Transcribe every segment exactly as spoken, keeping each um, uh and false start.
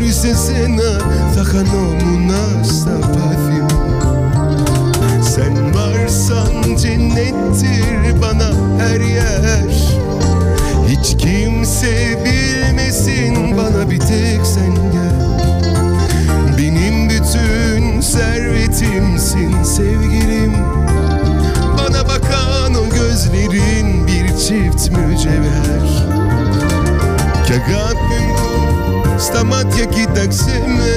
σένα θα χανόμουν στα πάθη μου. Sen varsan cennettir bana her yer. Hiç kimse bilmesin, bana bir tek sen gel. Benim bütün servetimsin sevgilim. Bana bakan o gözlerin bir çift mücevher. Κι αγάπη μου στα μάτια κοίταξε με.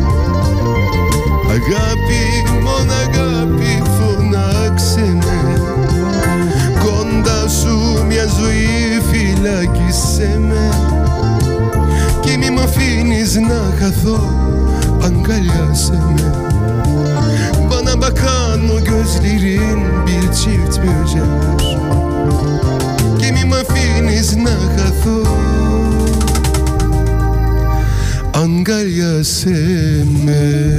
Αγάπη, μόνο αγάπη φωνάξε με. Κοντά σου μια ζωή φυλάκισέ με. Και μη μ' αφήνεις να χαθώ, αγκαλιάσέ με. Bana bakan o gözlerin bir çift mücevher. Και μη μ' αφήνεις να χαθώ, αγκαλιάσέ με.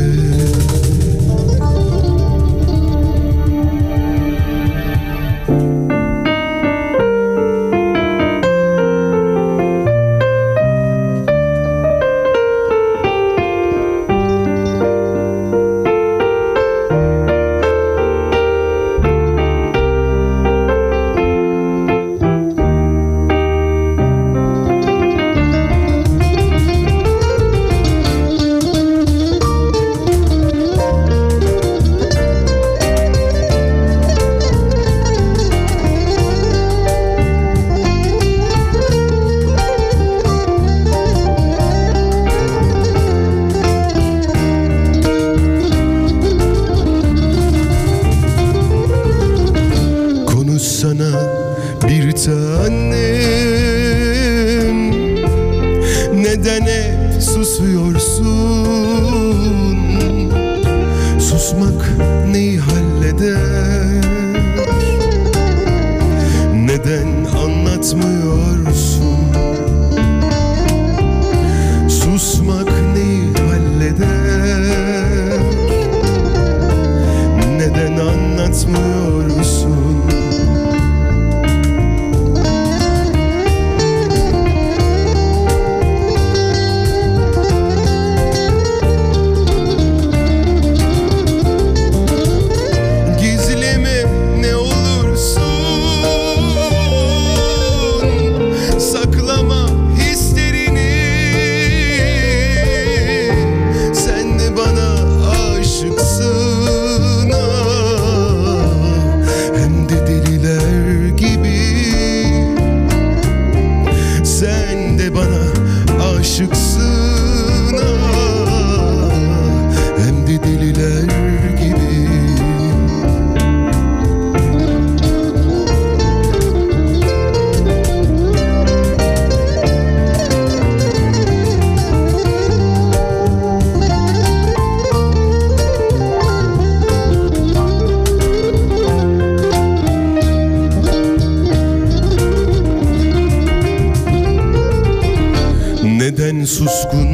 Suskun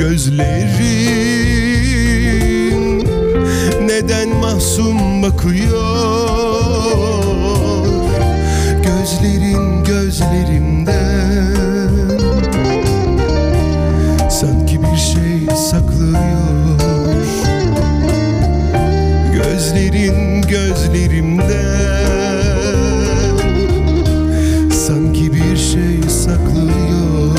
gözlerin neden mahzun bakıyor? Gözlerin gözlerimden sanki bir şey saklıyor. Gözlerin gözlerimden sanki bir şey saklıyor.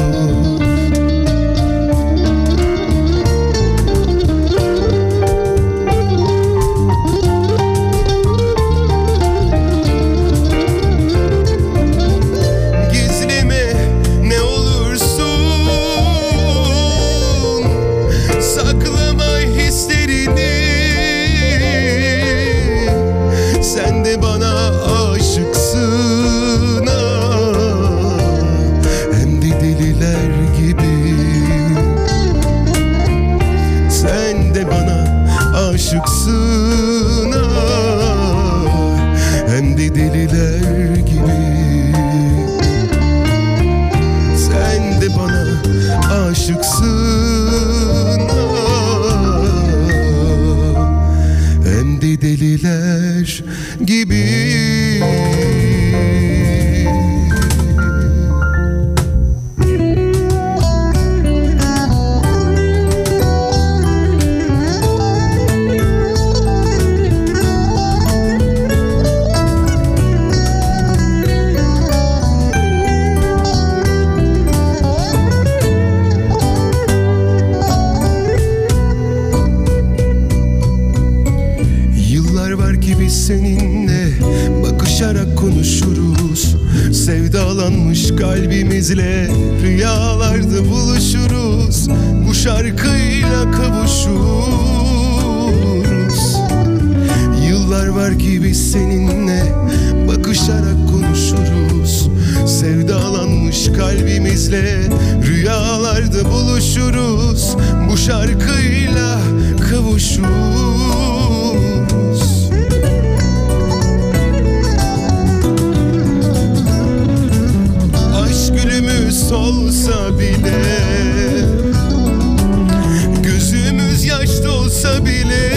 Aşıksın ah, hem de deliler gibi. Sen de bana aşıksın ah, hem de deliler gibi. kalbimizle, rüyalarda buluşuruz, bu şarkıyla kavuşuruz. Yıllar var gibi seninle bakışarak konuşuruz, sevdalanmış kalbimizle rüyalarda buluşuruz, bu şarkıyla kavuşuruz. Aşk gülümüz olsa bile, gözümüz yaşta olsa bile,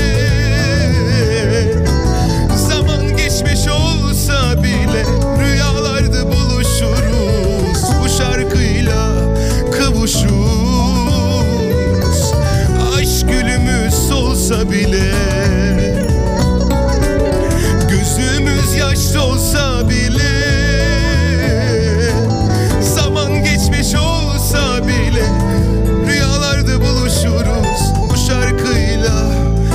zaman geçmiş olsa bile rüyalarda buluşuruz, bu şarkıyla kavuşuruz. Aşk gülümüz solsa bile, gözümüz yaşta olsa bile, zaman geçmiş olsa bile rüyalarda buluşuruz, bu şarkıyla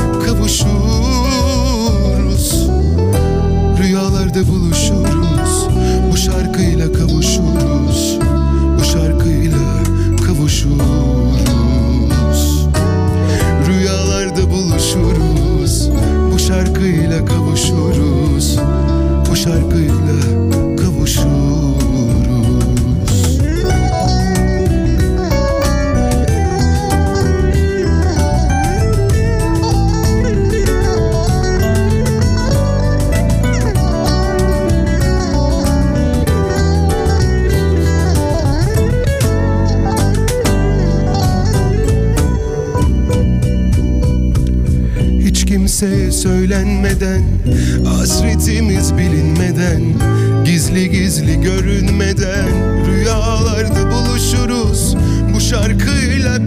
kavuşuruz. Rüyalarda buluşuruz, bu şarkıyla kavuşuruz, bu şarkıyla kavuşuruz. Rüyalarda buluşuruz, bu şarkıyla kavuşuruz, bu şarkıyla kavuşuruz. Kimseye söylenmeden, hasretimiz bilinmeden, gizli gizli görünmeden rüyalarda buluşuruz, bu şarkıyla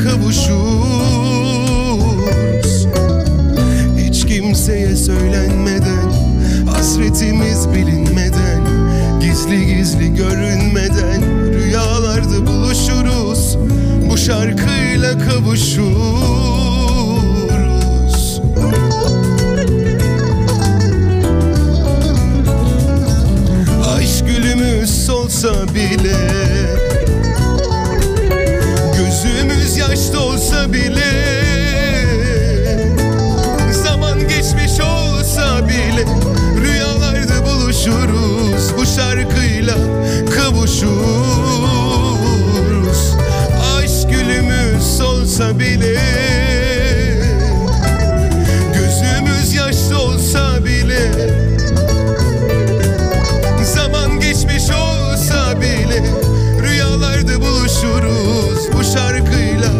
kavuşuruz. Hiç kimseye söylenmeden, hasretimiz bilinmeden, gizli gizli görünmeden rüyalarda buluşuruz, bu şarkıyla kavuşuruz. Aşk gülümüz solsa bile, gözümüz yaşta olsa bile, zaman geçmiş olsa bile rüyalarda buluşuruz, bu şarkıyla kavuşuruz. Aşk gülümüz solsa bile, gözümüz yaşta olsa bile, zaman geçmiş olsa bile rüyalarda buluşuruz, bu şarkıyla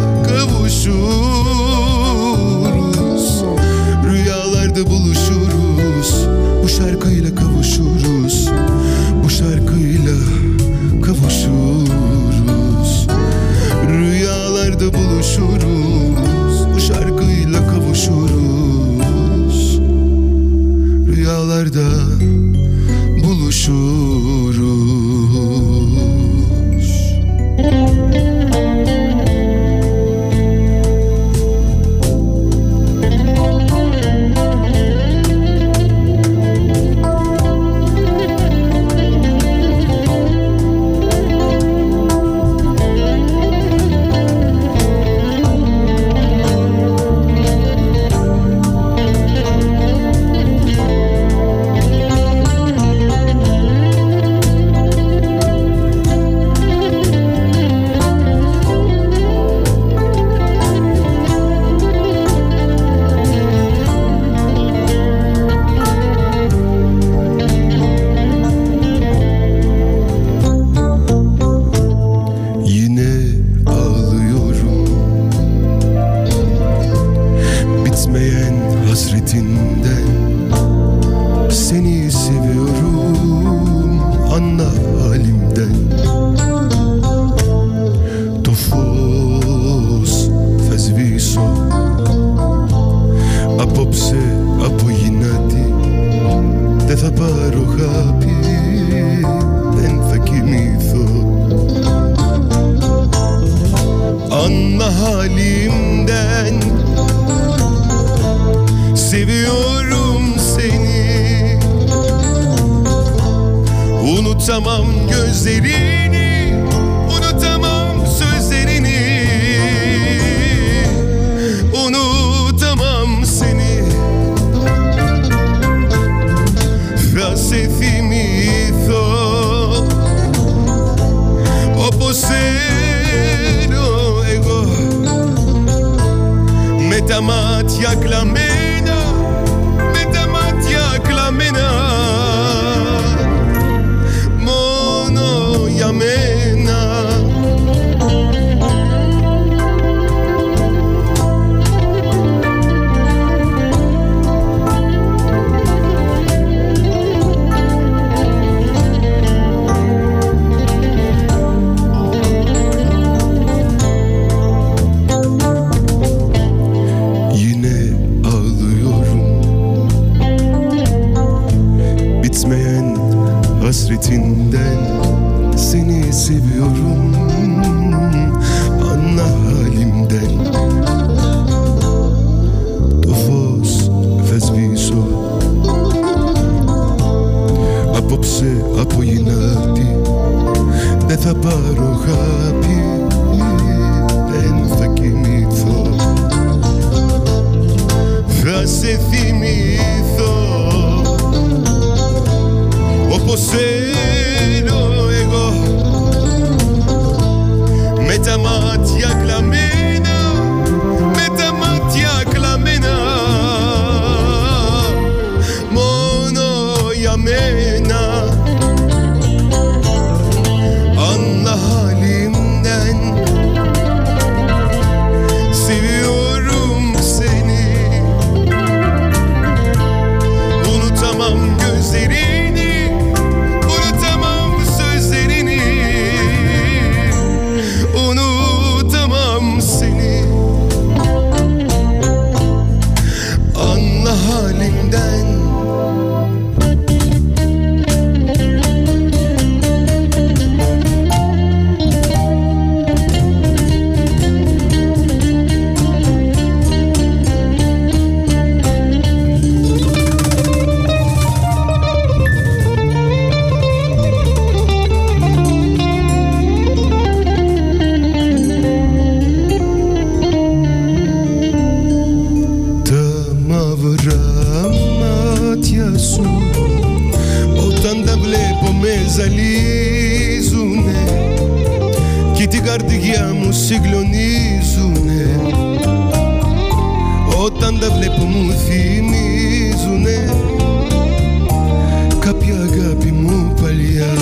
kavuşuruz. Rüyalarda buluşuruz, bu şarkıyla kavuşuruz, bu şarkıyla kavuşuruz. Rüyalarda buluşuruz, bu şarkıyla kavuşuruz. Rüyalarda buluşuruz. Hasretinden seni seviyorum, anla halimden. Tofos faz viso, apopse apoyinati, δεν θα πάρω χάπι, δεν θα κοιμηθώ. Anla halimden, seviyorum seni. Unutamam gözlerini, τα μάτια κλαμμένα, με τα μάτια κλαμμένα, μόνο για μένα. Hasretinden seni seviyorum, anla halimden. Το φως θα σβήσω απόψε από γυνάτη, δεν θα πάρω χάπι, δεν θα κοιμηθώ, θα σε θυμηθώ όπως θέλω εγώ, με τα μάτια κλαμμένα, με τα μάτια κλαμμένα, μόνο για μένα. Anla halimden, seviyorum seni, unutamam gözlerini, unutamam sözlerini, unutamam seni. Anla halimden. Όταν τα βλέπω με ζαλίζουνε και την καρδιά μου συγκλονίζουνε. Όταν τα βλέπω μου θυμίζουνε κάποια αγάπη μου παλιά.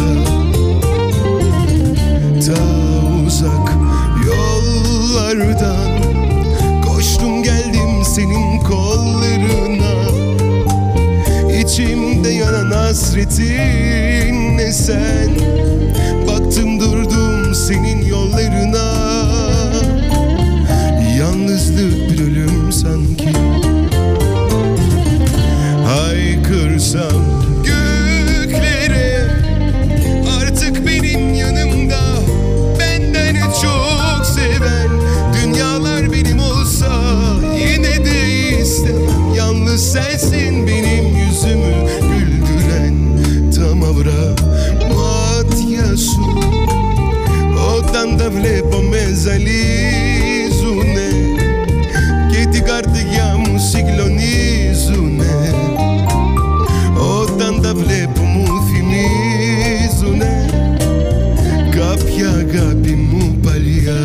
Ta uzak yollardan koştum geldim senin kollarına. İçimde yanan hasretinle sen, baktım durdum senin yollarına. Yalnızlık bir ölüm sanki, haykırsam göklere, artık benim yanımda benden çok seven. Dünyalar benim olsa yine de istemem, yalnız sensin benim yüzümü güldüren. Tam avra matja su, όταν τα βλέπω με ζαλίζουνε και την καρδιά μου συγκλονίζουνε. Όταν τα βλέπω μου θυμίζουνε κάποια αγάπη μου παλιά.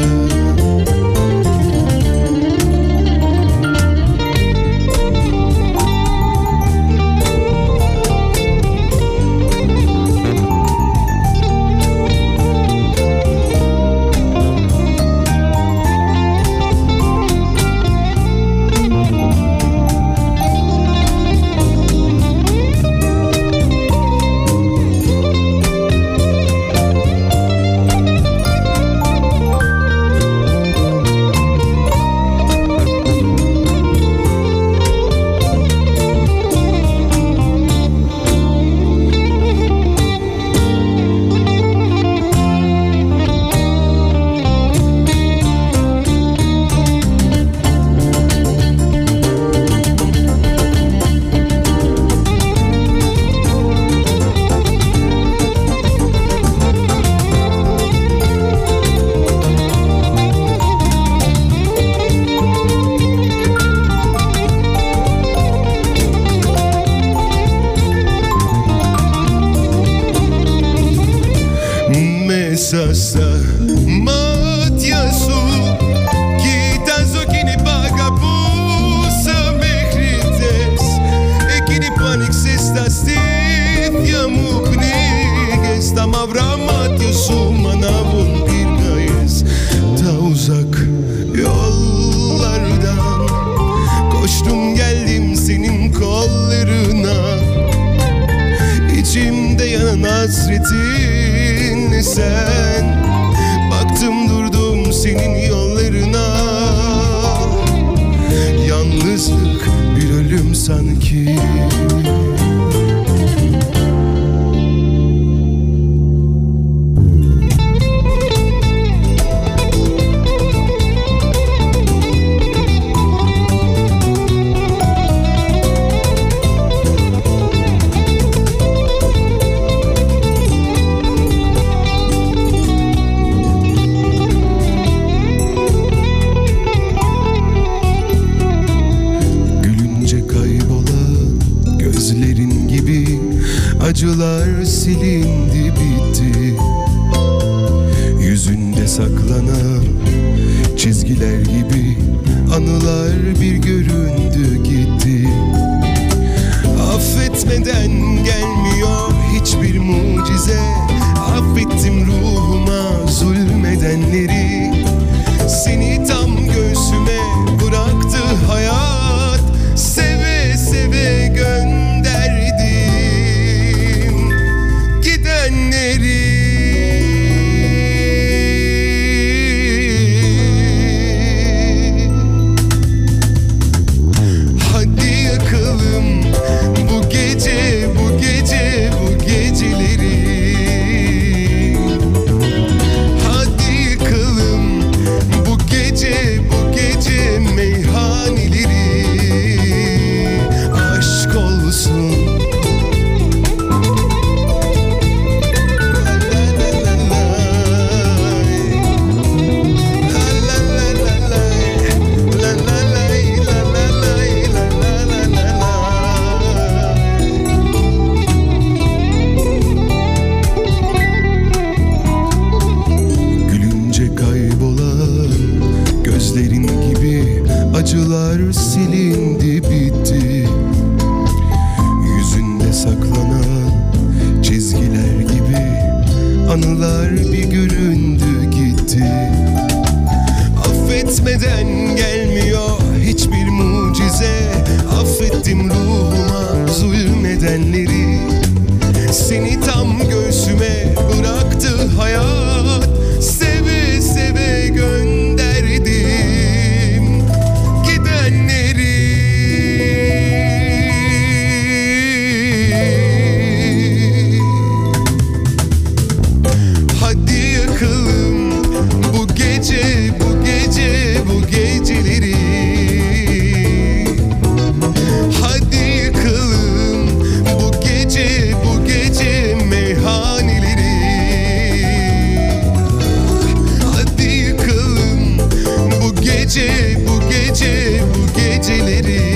hasretin sen. Baktım durdum senin yollarına, yalnızlık bir ölüm sanki. Acılar silindi bitti, yüzünde saklanan çizgiler gibi anılar bir göründü gitti. Affetmeden gelmiyor hiçbir mucize, affettim ruhuma zulmedenleri. Seni tam göğsüme bıraktı hayat, seve seve gönderdi gidenleri. Hadi yakalım bu gece, bu gece, bu geceleri. Hadi yakalım bu gece, bu gece meyhaneleri. Aşk olsun. Acılar silindi bitti, yüzünde saklanan çizgiler gibi anılar bir göründü gitti. Affetmeden gelmiyor hiçbir mucize, affettim ruhuma zulmedenleri. Seni tam göğsüme bıraktı hayat, seve seve gönderdim gidenleri. Hadi yakalım bu gece, bu gece, bu geceleri. Hadi yakalım bu gece, bu gece meyhaneleri. Hadi yakalım bu gece, bu gece, bu geceleri.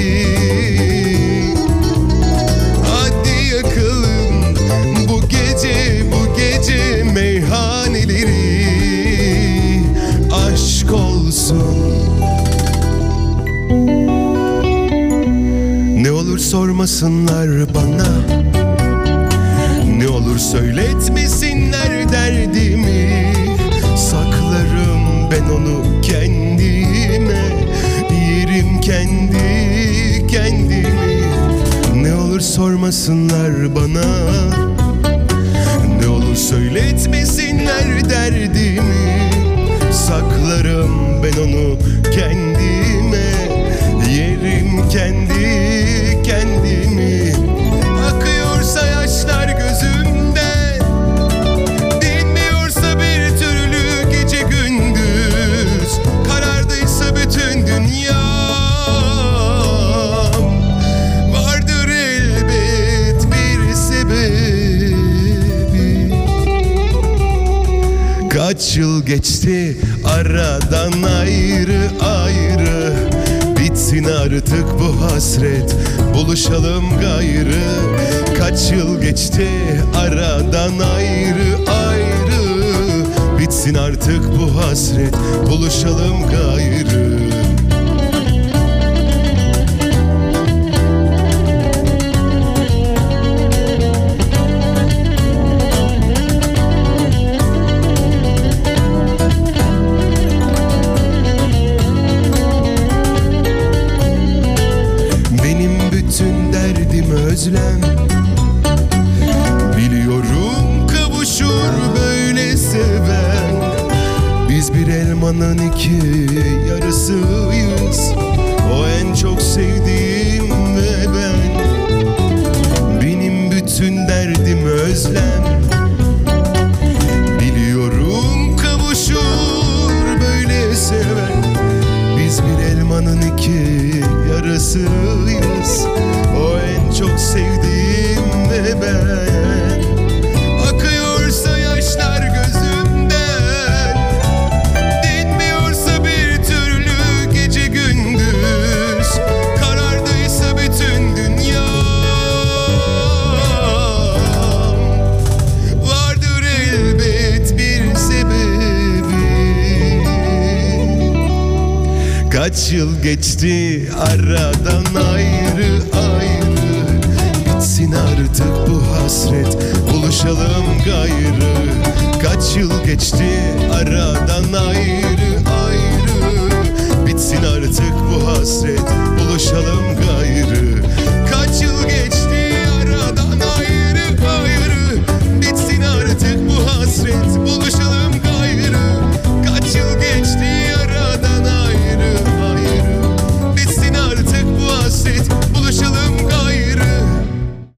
Hadi yakalım bu gece, bu gece meyhaneleri. Aşk olsun. Ne olur sormasınlar bana, ne olur söyletmesinler derdimi. Saklarım ben onu kendime, yerim kendi kendimi. Ne olur sormasınlar bana, ne olur söyletmesinler derdimi. Saklarım ben onu kendime, yerim kendi kendimi. Akıyorsa yaşlar gözümden, dinmiyorsa bir türlü gece gündüz, karardıysa bütün dünyam, vardır elbet bir sebebi. Kaç yıl geçti aradan ayrı ayrı, bitsin artık bu hasret, buluşalım gayrı. Kaç yıl geçti aradan ayrı ayrı, bitsin artık bu hasret, buluşalım gayrı. Özlem, biliyorum elmanın iki yarısıyız. O en çok sevdiğim ve ben. Benim bütün derdim özlem. Biliyorum kavuşur böyle seven. Biz bir elmanın iki yarısıyız. O en çok sevdiğim ve ben. Akıyorsa yaşlar gözümden, dinmiyorsa bir türlü gece gündüz, karardıysa bütün dünya, vardır elbet bir sebebi. Kaç yıl geçti aradan ayrı ayrı. Bitsin artık bu hasret, buluşalım gayrı. Kaç yıl geçti aradan ayrı ayrı. Bitsin artık bu hasret, buluşalım gayrı. Kaç yıl geçti